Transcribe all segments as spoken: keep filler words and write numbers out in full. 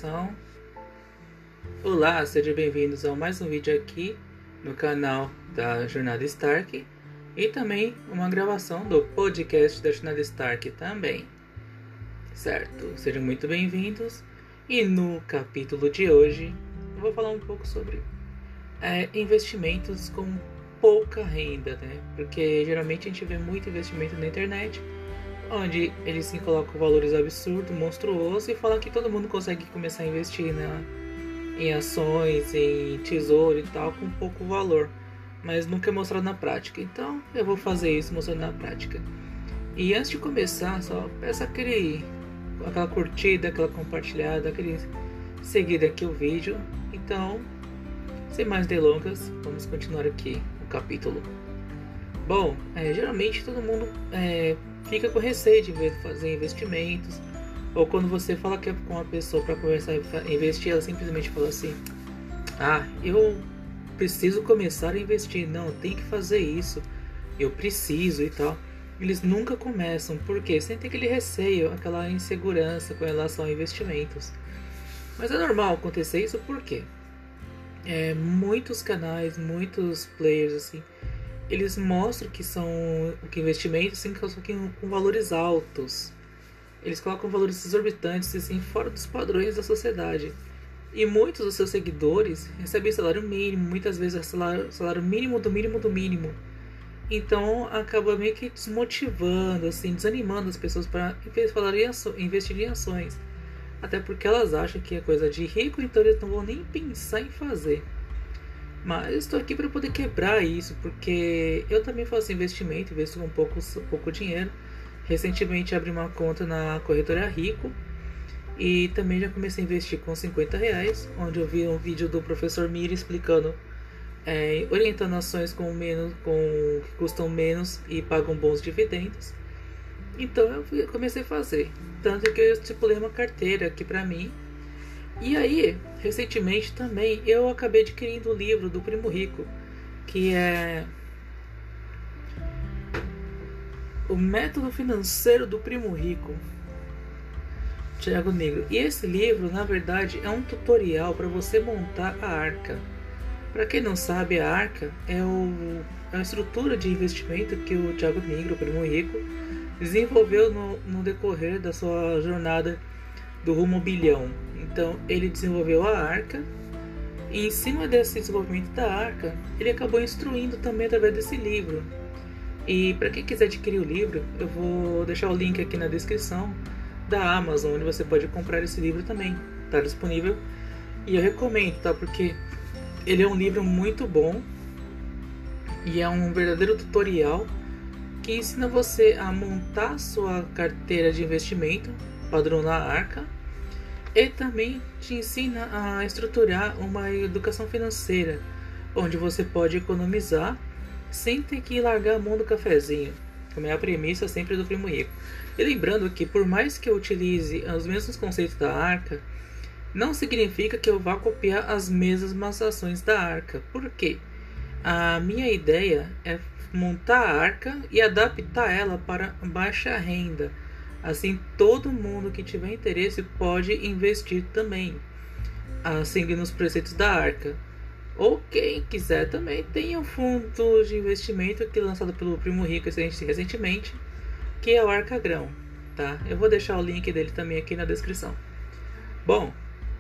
gravação. Olá, sejam bem-vindos a mais um vídeo aqui no canal da Jornada Stark e também uma gravação do podcast da Jornada Stark também, certo? Sejam muito bem-vindos e no capítulo de hoje eu vou falar um pouco sobre é, investimentos com pouca renda, né? Porque geralmente a gente vê muito investimento na internet onde eles se colocam valores absurdos, monstruosos e falam que todo mundo consegue começar a investir na, em ações, em tesouro e tal, com pouco valor, mas nunca é mostrado na prática. Então eu vou fazer isso mostrando na prática. E antes de começar, só peça aquele, aquela curtida, aquela compartilhada, aquele seguir aqui o vídeo. Então, sem mais delongas, vamos continuar aqui o capítulo. Bom, é, geralmente todo mundo é, fica com receio de fazer investimentos, ou quando você fala que é com uma pessoa para começar a investir, ela simplesmente fala assim: ah, eu preciso começar a investir, não, tem que fazer isso, eu preciso e tal. Eles nunca começam, porque sempre tem aquele receio, aquela insegurança com relação a investimentos. Mas é normal acontecer isso porque é, muitos canais, muitos players assim, eles mostram que são que investimentos assim, que com valores altos. Eles colocam valores exorbitantes assim, fora dos padrões da sociedade. E muitos dos seus seguidores recebem salário mínimo, muitas vezes salário, salário mínimo do mínimo do mínimo. Então acaba meio que desmotivando, assim, desanimando as pessoas para investir em ações. Até porque elas acham que é coisa de rico, então eles não vão nem pensar em fazer. Mas estou aqui para poder quebrar isso, porque eu também faço investimento, investo com pouco, pouco dinheiro. Recentemente abri uma conta na corretora Rico e também já comecei a investir com cinquenta reais, onde eu vi um vídeo do professor Miri explicando, é, orientando ações com menos, com, que custam menos e pagam bons dividendos. Então eu comecei a fazer, tanto que eu estipulei uma carteira aqui para mim. E aí, recentemente também, eu acabei adquirindo o livro do Primo Rico, que é O Método Financeiro do Primo Rico, Thiago Negro. E esse livro, na verdade, é um tutorial para você montar a arca. Para quem não sabe, a arca é, o, é a estrutura de investimento que o Thiago Negro, o Primo Rico, desenvolveu no, no decorrer da sua jornada do rumo ao bilhão. Então ele desenvolveu a arca e em cima desse desenvolvimento da arca ele acabou instruindo também através desse livro. E para quem quiser adquirir o livro, eu vou deixar o link aqui na descrição da Amazon, onde você pode comprar esse livro também, está disponível. E eu recomendo, tá? Porque ele é um livro muito bom e é um verdadeiro tutorial que ensina você a montar sua carteira de investimento padrão na arca, e também te ensina a estruturar uma educação financeira, onde você pode economizar sem ter que largar a mão do cafezinho, como é a premissa sempre do Primo Rico. E lembrando que por mais que eu utilize os mesmos conceitos da arca, não significa que eu vá copiar as mesmas ações da arca. Por quê? A minha ideia é montar a arca e adaptar ela para baixa renda. Assim, todo mundo que tiver interesse pode investir também, seguindo os preceitos da arca. Ou quem quiser também tem um fundo de investimento que é lançado pelo Primo Rico recentemente, que é o Arca Grão, tá? Eu vou deixar o link dele também aqui na descrição. Bom,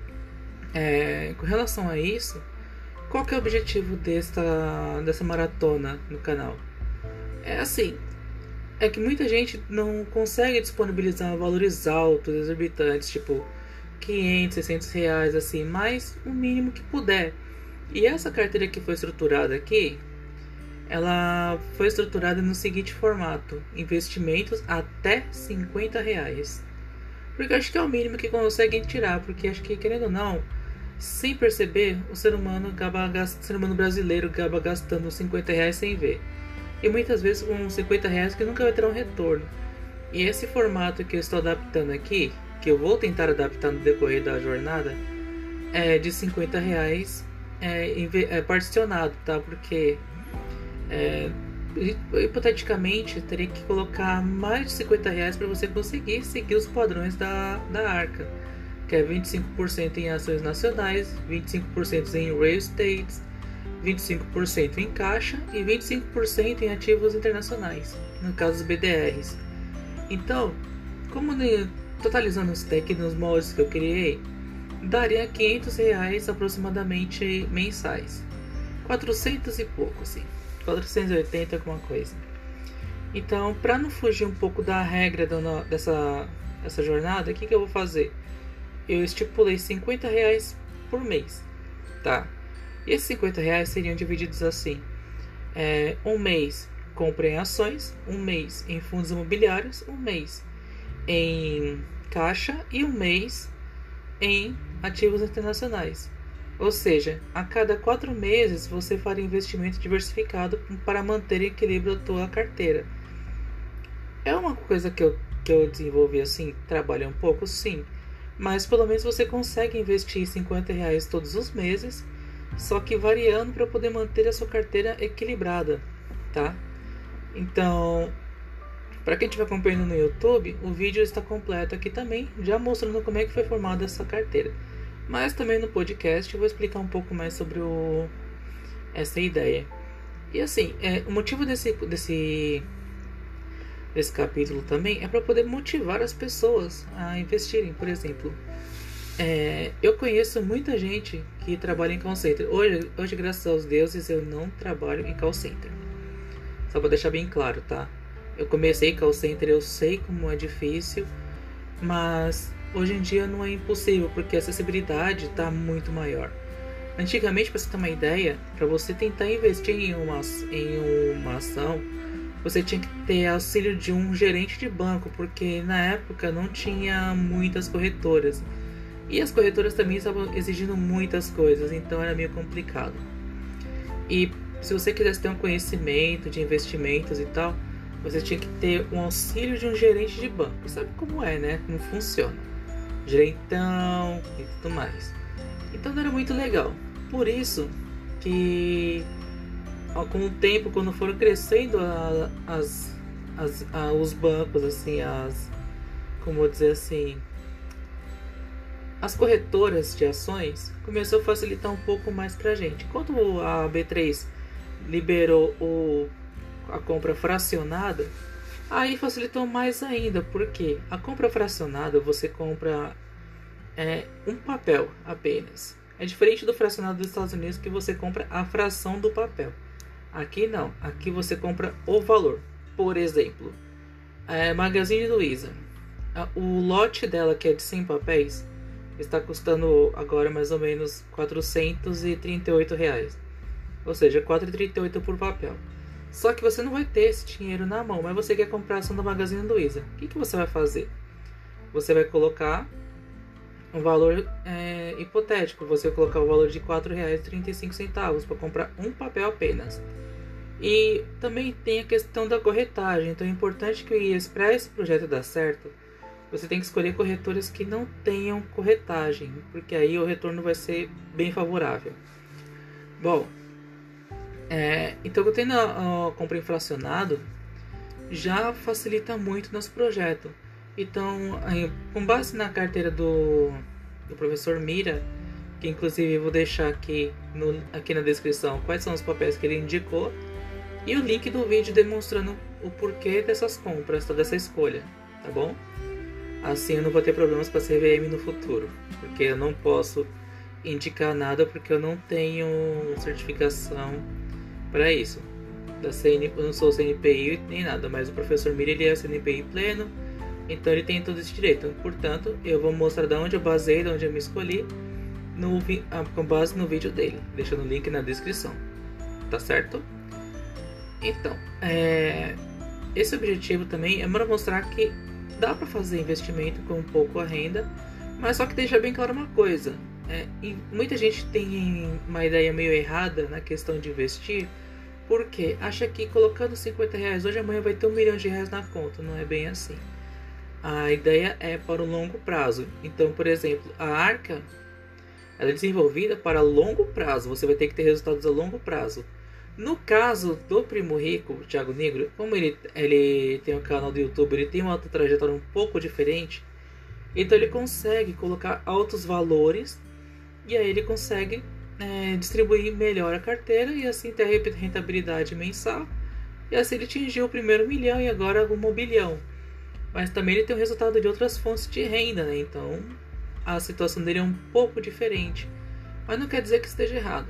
é, com relação a isso, qual que é o objetivo desta, dessa maratona no canal? É assim, é que muita gente não consegue disponibilizar valores altos, exorbitantes, tipo quinhentos, seiscentos reais, assim, mas o mínimo que puder. E essa carteira que foi estruturada aqui, ela foi estruturada no seguinte formato: investimentos até cinquenta reais. Porque eu acho que é o mínimo que conseguem tirar, porque acho que, querendo ou não, sem perceber, o ser humano, acaba gast... o ser humano brasileiro acaba gastando cinquenta reais sem ver. E muitas vezes com cinquenta reais que nunca vai ter um retorno. E esse formato que eu estou adaptando aqui, que eu vou tentar adaptar no decorrer da jornada, é de cinquenta reais é, é particionado, tá? Porque é, hipoteticamente eu teria que colocar mais de cinquenta reais para você conseguir seguir os padrões da, da arca. que é vinte e cinco por cento em ações nacionais, vinte e cinco por cento em real estate, vinte e cinco por cento em caixa e vinte e cinco por cento em ativos internacionais, no caso dos B D Rs. Então, como totalizando os tech nos moldes que eu criei, daria quinhentos reais aproximadamente mensais, quatrocentos e pouco, assim, quatrocentos e oitenta alguma coisa. Então, para não fugir um pouco da regra do, dessa, dessa jornada, o que, que eu vou fazer? Eu estipulei cinquenta reais por mês, tá? E esses cinquenta reais seriam divididos assim: é, um mês compra em ações, um mês em fundos imobiliários, um mês em caixa e um mês em ativos internacionais. Ou seja, a cada quatro meses você faria investimento diversificado para manter em equilíbrio a tua carteira. É uma coisa que eu, que eu desenvolvi assim, trabalha um pouco, sim, mas pelo menos você consegue investir cinquenta reais todos os meses, só que variando para poder manter a sua carteira equilibrada, tá? Então, para quem estiver acompanhando no YouTube, o vídeo está completo aqui também, já mostrando como é que foi formada essa carteira. Mas também no podcast eu vou explicar um pouco mais sobre o, essa ideia. E assim, é, o motivo desse, desse, desse capítulo também é para poder motivar as pessoas a investirem. Por exemplo, é, eu conheço muita gente que trabalha em call center. Hoje, hoje, graças aos deuses, eu não trabalho em call center. Só para deixar bem claro, tá? Eu comecei call center, eu sei como é difícil, mas hoje em dia não é impossível, porque a acessibilidade está muito maior. Antigamente, para você ter uma ideia, para você tentar investir em uma, em uma ação, você tinha que ter auxílio de um gerente de banco, porque na época não tinha muitas corretoras. E as corretoras também estavam exigindo muitas coisas, então era meio complicado. E se você quisesse ter um conhecimento de investimentos e tal, você tinha que ter um auxílio de um gerente de banco. Sabe como é, né? Como funciona. Gerentão e tudo mais. Então não era muito legal. Por isso que com o tempo, quando foram crescendo a, as, as, a, os bancos, assim, as, como vou dizer assim, as corretoras de ações, começou a facilitar um pouco mais pra gente. Quando a B três liberou o, a compra fracionada, aí facilitou mais ainda, porque a compra fracionada você compra é, um papel apenas. É diferente do fracionado dos Estados Unidos, que você compra a fração do papel. Aqui não, aqui você compra o valor. Por exemplo, a Magazine Luiza, o lote dela, que é de cem papéis, está custando agora mais ou menos quatrocentos e trinta e oito reais. Ou seja, quatrocentos e trinta e oito por papel. Só que você não vai ter esse dinheiro na mão, mas você quer comprar a ação da Magazine Luiza. O que, que você vai fazer? Você vai colocar um valor é, hipotético. Você vai colocar o valor de quatro reais e trinta e cinco centavos para comprar um papel apenas. E também tem a questão da corretagem. Então é importante que para esse projeto dar certo, você tem que escolher corretoras que não tenham corretagem, porque aí o retorno vai ser bem favorável. Bom, é, então eu tendo a, a compra inflacionado já facilita muito nosso projeto. Então, aí, com base na carteira do, do professor Mira, que inclusive eu vou deixar aqui, no, aqui na descrição quais são os papéis que ele indicou, e o link do vídeo demonstrando o porquê dessas compras, tá, dessa escolha, tá bom? Assim eu não vou ter problemas com a C V M no futuro, porque eu não posso indicar nada porque eu não tenho certificação para isso. Da C N, eu não sou C N P I nem nada, mas o professor Mira ele é C N P I pleno, então ele tem todo esse direito. Portanto, eu vou mostrar de onde eu basei, de onde eu me escolhi, no, com base no vídeo dele, deixando o link na descrição, tá certo? Então, é, esse objetivo também é para mostrar que dá para fazer investimento com um pouco a renda, mas só que deixa bem claro uma coisa, é, muita gente tem uma ideia meio errada na questão de investir, porque acha que colocando cinquenta reais hoje, amanhã vai ter um milhão de reais na conta. Não é bem assim. A ideia é para o longo prazo. Então, por exemplo, a Arca ela é desenvolvida para longo prazo, você vai ter que ter resultados a longo prazo. No caso do Primo Rico, o Thiago Negro, como ele, ele tem um canal do YouTube, ele tem uma outra trajetória um pouco diferente, Então ele consegue colocar altos valores e aí ele consegue é, distribuir melhor a carteira e assim ter a rentabilidade mensal. E assim ele atingiu o primeiro milhão e agora o bilhão. Mas também ele tem o resultado de outras fontes de renda, né? Então a situação dele é um pouco diferente. Mas não quer dizer que esteja errado.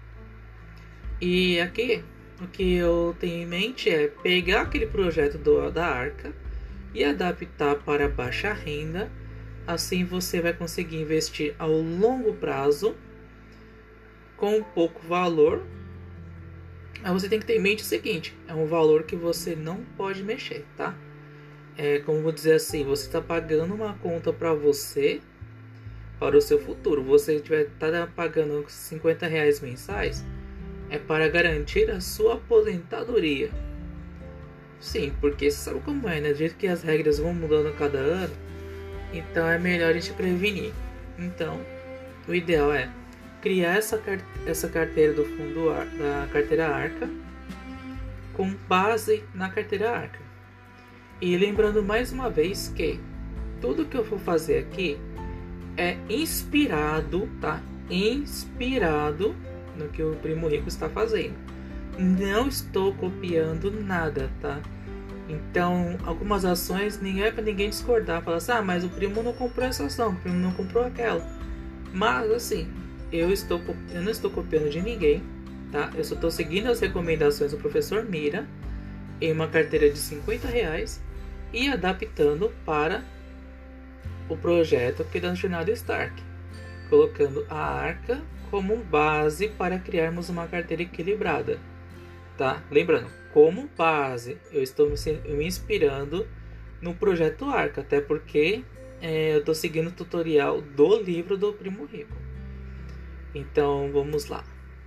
E aqui o que eu tenho em mente é pegar aquele projeto do, da Arca e adaptar para baixa renda. Assim você vai conseguir investir ao longo prazo com pouco valor. Aí você tem que ter em mente o seguinte: é um valor que você não pode mexer, tá? É como vou dizer assim, você está pagando uma conta para você, para o seu futuro. Você tiver tá pagando cinquenta reais mensais, é para garantir a sua aposentadoria. Sim, porque você sabe como é, né? Do jeito que as regras vão mudando a cada ano, então é melhor a gente prevenir. Então, o ideal é criar essa, essa carteira do fundo da carteira Arca com base na carteira Arca. E lembrando mais uma vez que tudo que eu vou fazer aqui é inspirado, tá? Inspirado no que o Primo Rico está fazendo. Não estou copiando nada, tá? Então, algumas ações nem é para ninguém discordar, falar assim: ah, mas o primo não comprou essa ação, o primo não comprou aquela. Mas assim, eu estou eu não estou copiando de ninguém, tá? Eu só estou seguindo as recomendações do professor Mira em uma carteira de cinquenta reais e adaptando para o projeto aqui da Jornada Stark, colocando a Arca como base para criarmos uma carteira equilibrada, tá? Lembrando, como base, eu estou me inspirando no projeto Arca, até porque é, eu estou seguindo o tutorial do livro do Primo Rico. Então vamos lá.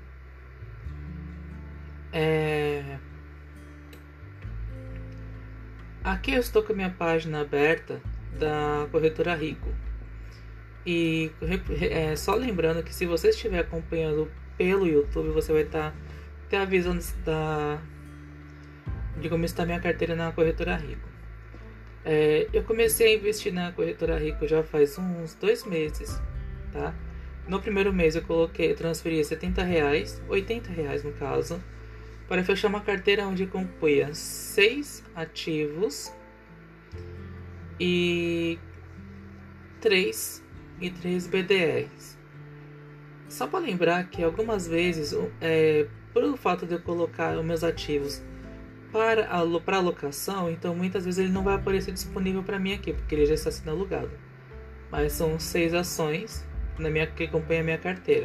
É... Aqui eu estou com a minha página aberta da Corretora Rico. E é, só lembrando que se você estiver acompanhando pelo YouTube, você vai estar ter a visão da, de como está minha carteira na Corretora Rico. É, eu comecei a investir na Corretora Rico já faz uns dois meses, tá? No primeiro mês eu coloquei, transferi setenta reais, oitenta reais no caso, para fechar uma carteira onde compunha seis ativos e três e três B D Rs. Só para lembrar que algumas vezes, é, pelo fato de eu colocar os meus ativos para a para alocação, então muitas vezes ele não vai aparecer disponível para mim aqui, porque ele já está sendo alugado. Mas são seis ações na minha, que acompanha a minha carteira.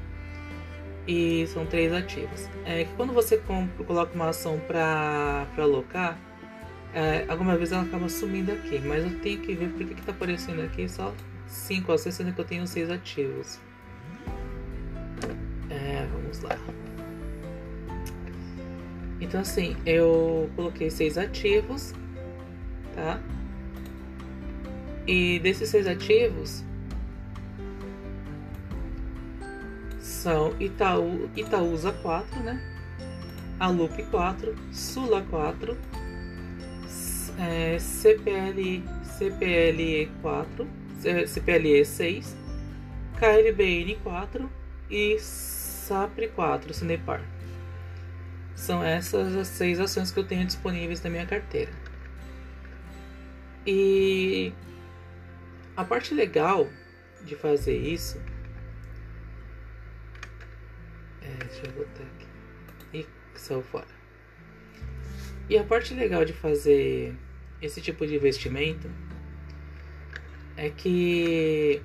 E são três ativos. É que quando você compra, coloca uma ação para alocar, é, alguma vez ela acaba sumindo aqui. Mas eu tenho que ver porque que está aparecendo aqui só cinco ações, sendo que eu tenho seis ativos. É, vamos lá. Então assim, eu coloquei seis ativos, tá? E desses seis ativos são Itaú, Itaúsa quatro, né? Alup quatro, Sula quatro, é, C P L, C P L E quatro, C P L E seis, K L B N quatro e Sapri quatro, Cinepar. São essas as seis ações que eu tenho disponíveis na minha carteira. E a parte legal de fazer isso é, deixa eu botar aqui e saiu fora. E a parte legal de fazer esse tipo de investimento é que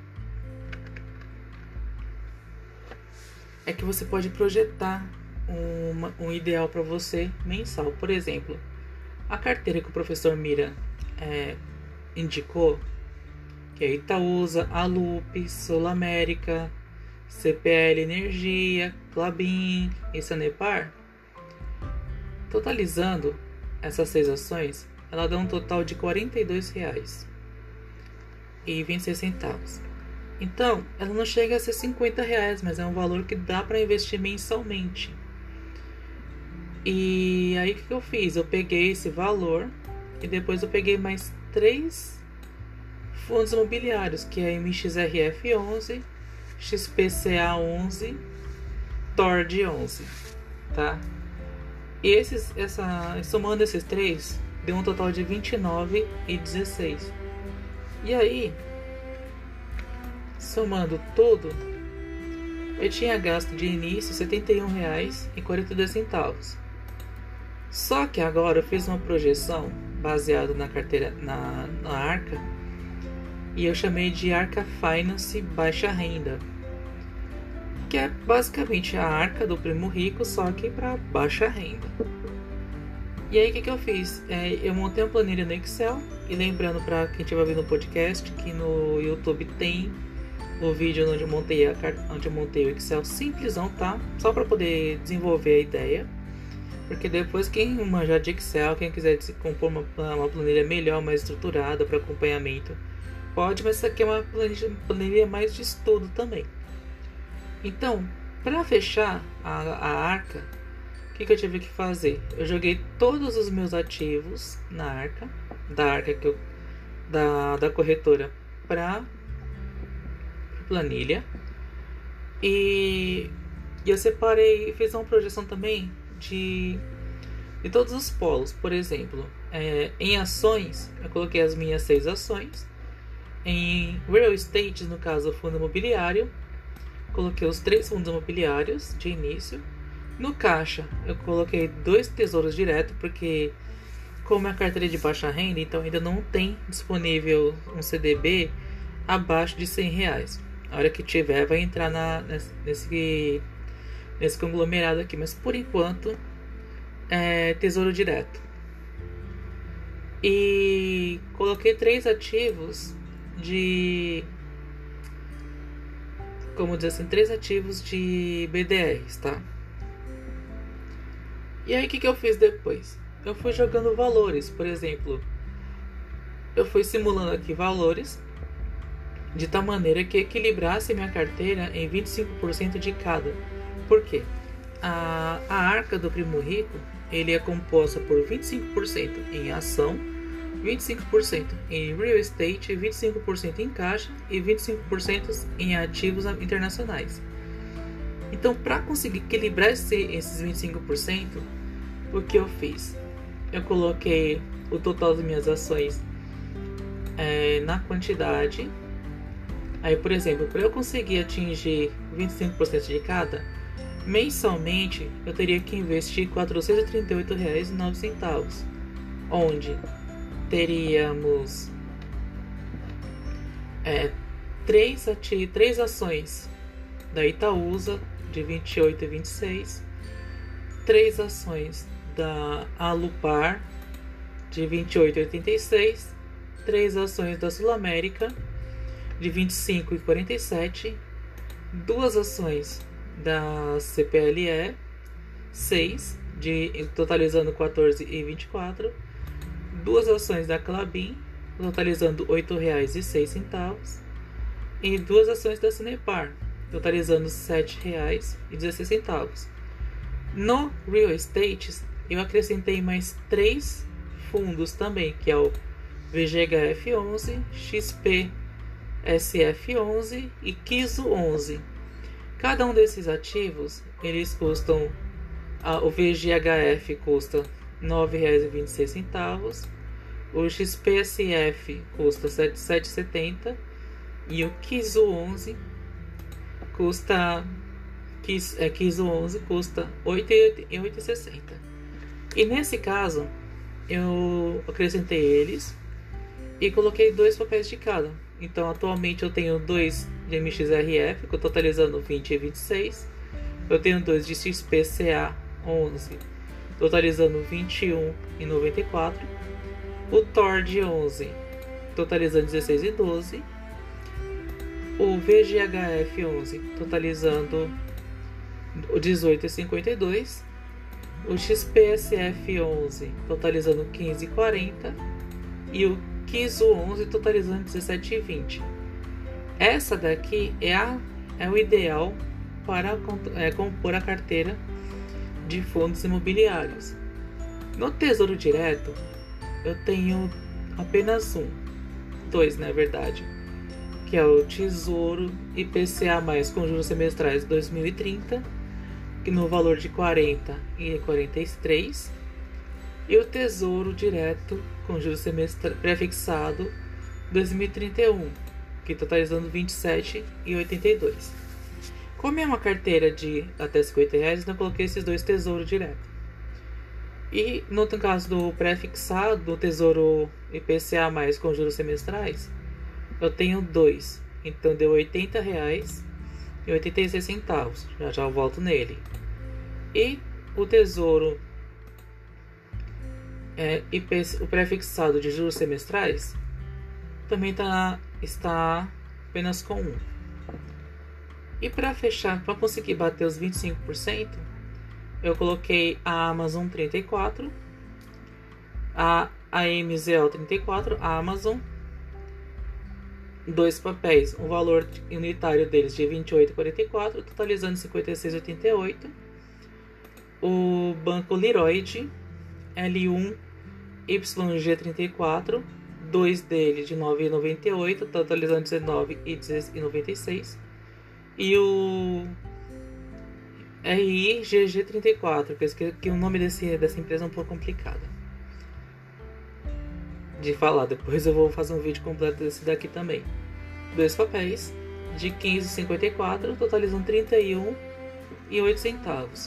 é que você pode projetar uma, um ideal para você mensal. Por exemplo, a carteira que o professor Mira é, indicou, que é Itaúsa, Alup, Sul América, C P L Energia, Klabin e Sanepar, totalizando essas seis ações, ela dá um total de quarenta e dois reais e vinte e seis centavos. Então, ela não chega a ser cinquenta reais, mas é um valor que dá para investir mensalmente. E aí o que eu fiz? Eu peguei esse valor e depois eu peguei mais três fundos imobiliários, que é M X R F onze, X P C A onze, T O R D onze, tá? E esses, essa, somando esses três, deu um total de vinte e nove e dezesseis. E aí, somando tudo, eu tinha gasto de início setenta e um reais e quarenta e dois centavos. Só que agora eu fiz uma projeção baseada na carteira, na, na Arca, e eu chamei de Arca Finance Baixa Renda, que é basicamente a Arca do Primo Rico, só que para baixa renda. E aí o que, que eu fiz? É, eu montei uma planilha no Excel, e lembrando para quem estiver ouvindo o podcast, que no YouTube tem o vídeo onde eu montei, a, onde eu montei o Excel simplesão, tá? Só para poder desenvolver a ideia. Porque depois quem manjar de Excel, quem quiser compor uma, uma planilha melhor, mais estruturada para acompanhamento, pode, mas isso aqui é uma planilha, planilha mais de estudo também. Então, para fechar a, a Arca, o que, que eu tive que fazer? Eu joguei todos os meus ativos na Arca, da Arca que eu, da, da corretora para planilha, e, e eu separei, fiz uma projeção também de, de todos os polos. Por exemplo, é, em ações, eu coloquei as minhas seis ações. Em real estate, no caso o fundo imobiliário, coloquei os três fundos imobiliários de início. No caixa, eu coloquei dois tesouros direto, porque como é a carteira de baixa renda, então ainda não tem disponível um C D B abaixo de cem reais. A hora que tiver, vai entrar na, nesse, nesse conglomerado aqui, mas por enquanto é tesouro direto. E coloquei três ativos de, como dizer assim, três ativos de B D Rs, tá? E aí o que, que eu fiz depois? Eu fui jogando valores, por exemplo, eu fui simulando aqui valores de tal maneira que equilibrasse minha carteira em vinte e cinco por cento de cada. Por quê? A, a Arca do Primo Rico, ele é composta por vinte e cinco por cento em ação, vinte e cinco por cento em real estate, vinte e cinco por cento em caixa e vinte e cinco por cento em ativos internacionais. Então, para conseguir equilibrar esse, esses vinte e cinco por cento, o que eu fiz? Eu coloquei o total das minhas ações é, na quantidade. Aí, por exemplo, para eu conseguir atingir vinte e cinco por cento de cada, mensalmente eu teria que investir quatrocentos e trinta e oito reais e nove centavos, onde teríamos é, três, ati- três ações da Itaúsa de vinte e oito e vinte e seis, três ações da Alupar de vinte e oito e oitenta e seis, três ações da Sul América de vinte e cinco e quarenta e sete, duas ações da C P L E seis, de, totalizando quatorze e vinte e quatro, duas ações da Clabin, totalizando oito reais e seis centavos, e duas ações da Sanepar, totalizando sete reais e dezesseis centavos. No Real Estate, eu acrescentei mais três fundos também, que é o V G H F onze, X P S F onze e Kiso onze. Cada um desses ativos, eles custam, a, o V G H F custa nove reais e vinte e seis centavos, o X P S F custa sete reais e setenta centavos e o Kiso onze custa Kiso, é, Kiso onze custa oito reais e sessenta centavos. E nesse caso, eu acrescentei eles e coloquei dois papéis de cada. Então, atualmente eu tenho dois de M X R F, totalizando vinte e vinte e seis. Eu tenho dois de X P C A onze, totalizando vinte e um e noventa e quatro. O T O R D onze, totalizando dezesseis e doze. O V G H F onze, totalizando dezoito e cinquenta e dois. O X P S F onze, totalizando quinze e quarenta. E o Kiso onze, totalizando dezessete e vinte. Essa daqui é, a, é o ideal para é, compor a carteira de fundos imobiliários. No Tesouro Direto, eu tenho apenas um, dois, na verdade, que é o Tesouro I P C A mais, com juros semestrais dois mil e trinta, que no valor de quarenta e quarenta e três, e o Tesouro Direto com juros semestrais pré-fixado dois mil e trinta e um, que totalizando vinte e sete e oitenta e dois. Como é uma carteira de até cinquenta reais, então eu coloquei esses dois Tesouro Direto. E no caso do pré-fixado, do Tesouro I P C A mais com juros semestrais, eu tenho dois, então deu oitenta reais e oitenta e seis centavos. Já já eu volto nele. E o Tesouro é, I P, o pré-fixado de juros semestrais também tá, está apenas com um. E para fechar, para conseguir bater os vinte e cinco por cento, eu coloquei a Amazon trinta e quatro, a A M Z L trinta e quatro, a Amazon, dois papéis, o valor unitário deles de vinte e oito e quarenta e quatro, totalizando cinquenta e seis e oitenta e oito. O Banco Leroy L um Y G trinta e quatro, dois dele de nove e noventa e oito, totalizando dezenove e noventa e seis. E o R I G G trinta e quatro, que, eu que o nome desse, dessa empresa é um pouco complicado de falar. Depois eu vou fazer um vídeo completo desse daqui também. Dois papéis de quinze e cinquenta e quatro, totalizando trinta e um e oito centavos.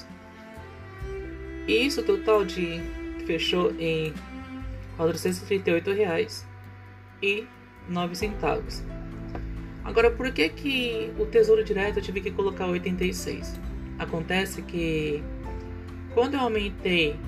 E isso total de fechou em quatrocentos e trinta e oito reais e nove centavos. Agora, por que que o Tesouro Direto eu tive que colocar oitenta e seis? Acontece que quando eu aumentei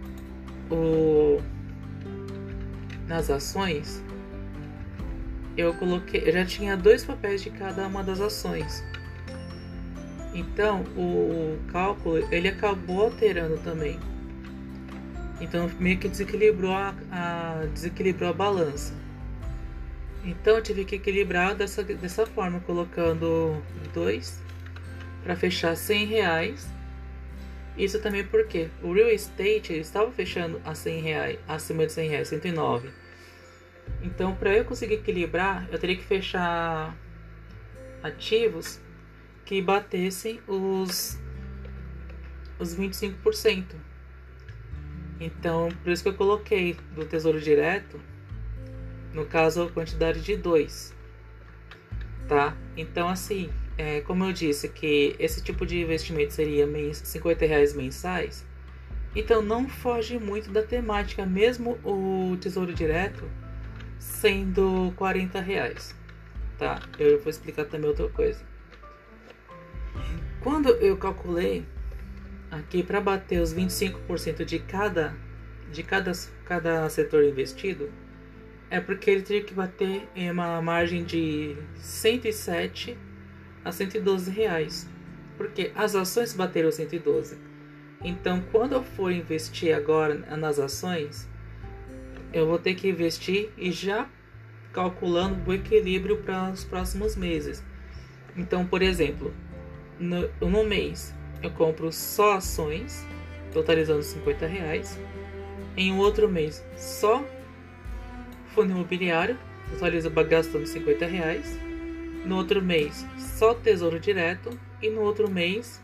o nas ações, eu coloquei, eu já tinha dois papéis de cada uma das ações. Então, o cálculo ele acabou alterando também. Então, meio que desequilibrou a, a desequilibrou a balança. Então, eu tive que equilibrar dessa dessa forma, colocando dois para fechar cem reais. Isso também porque o real estate ele estava fechando a cem reais, acima de cem reais, cento e nove. Então, para eu conseguir equilibrar, eu teria que fechar ativos que batessem os os vinte e cinco por cento. Então, por isso que eu coloquei do Tesouro Direto, no caso, a quantidade de dois, tá? Então, assim, é, como eu disse que esse tipo de investimento seria cinquenta reais mensais, então não foge muito da temática, mesmo o Tesouro Direto sendo quarenta reais, tá? Eu vou explicar também outra coisa. Quando eu calculei aqui para bater os vinte e cinco por cento de cada de cada, cada setor investido, é porque ele teria que bater em uma margem de cento e sete a cento e doze reais, porque as ações bateram cento e doze. Então, quando eu for investir agora nas ações, eu vou ter que investir e já calculando o equilíbrio para os próximos meses. Então, por exemplo, no, no mês eu compro só ações, totalizando cinquenta reais. Em um outro mês, só fundo imobiliário, totaliza gastando cinquenta reais. No outro mês, só Tesouro Direto. E no outro mês,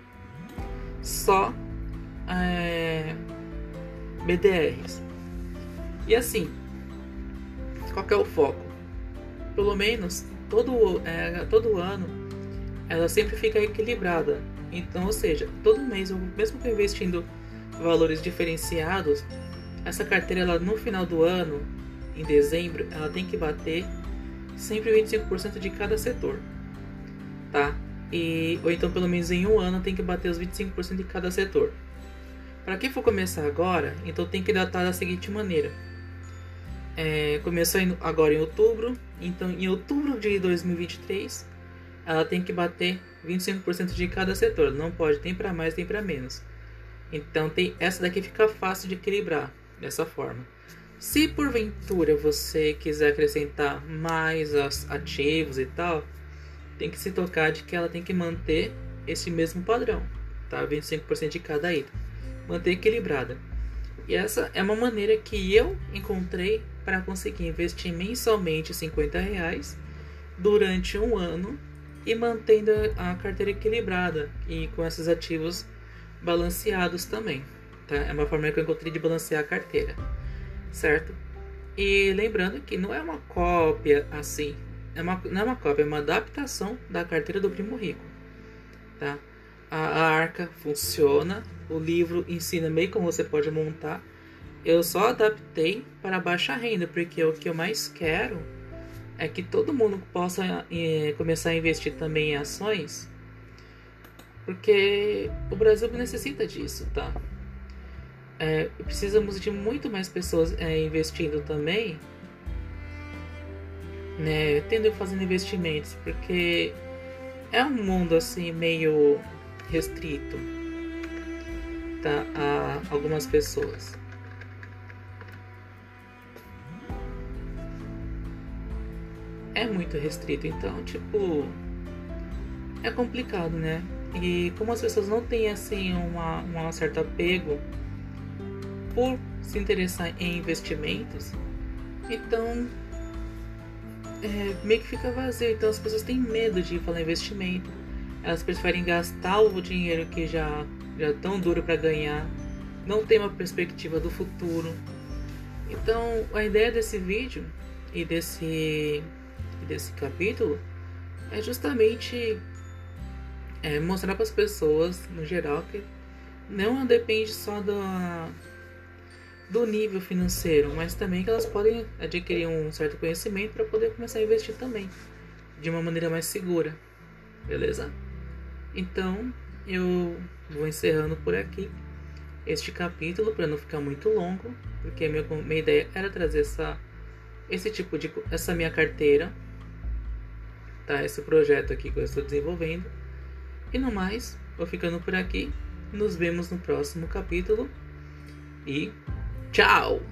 só é, B D Rs. E assim, qual que é o foco? Pelo menos todo, é, todo ano ela sempre fica equilibrada. Então, ou seja, todo mês, mesmo que eu investindo valores diferenciados, essa carteira ela, no final do ano, em dezembro, ela tem que bater sempre vinte e cinco por cento de cada setor, tá? E, ou então pelo menos em um ano tem que bater os vinte e cinco por cento de cada setor. Para quem for começar agora, então tem que datar da seguinte maneira. É, começou agora em outubro, então em outubro de dois mil e vinte e três ela tem que bater vinte e cinco por cento de cada setor, não pode, tem para mais, tem para menos. Então tem, essa daqui fica fácil de equilibrar dessa forma. Se porventura você quiser acrescentar mais ativos e tal, tem que se tocar de que ela tem que manter esse mesmo padrão, tá? vinte e cinco por cento de cada item, manter equilibrada. E essa é uma maneira que eu encontrei para conseguir investir mensalmente cinquenta reais durante um ano e mantendo a carteira equilibrada e com esses ativos balanceados também, tá? É uma forma que eu encontrei de balancear a carteira, certo? E lembrando que não é uma cópia assim, é uma, não é uma cópia, é uma adaptação da carteira do Primo Rico, tá? A, a arca funciona, o livro ensina meio como você pode montar. Eu só adaptei para baixa renda, porque o que eu mais quero é que todo mundo possa é, começar a investir também em ações, porque o Brasil necessita disso, tá? É, precisamos de muito mais pessoas é, investindo também, né, tendo fazendo investimentos, porque é um mundo assim meio restrito, tá, a algumas pessoas. É muito restrito, então, tipo, é complicado, né? E como as pessoas não têm, assim, uma, um certo apego por se interessar em investimentos, então, é, meio que fica vazio. Então, as pessoas têm medo de falar em investimento. Elas preferem gastar o dinheiro que já já é tão duro para ganhar. Não tem uma perspectiva do futuro. Então, a ideia desse vídeo e desse... desse capítulo é justamente é, mostrar para as pessoas no geral que não depende só do, do nível financeiro, mas também que elas podem adquirir um certo conhecimento para poder começar a investir também de uma maneira mais segura, beleza? Então eu vou encerrando por aqui este capítulo para não ficar muito longo, porque a minha, minha ideia era trazer essa, esse tipo de essa minha carteira, tá? Esse projeto aqui que eu estou desenvolvendo. E no mais, vou ficando por aqui. Nos vemos no próximo capítulo. E tchau!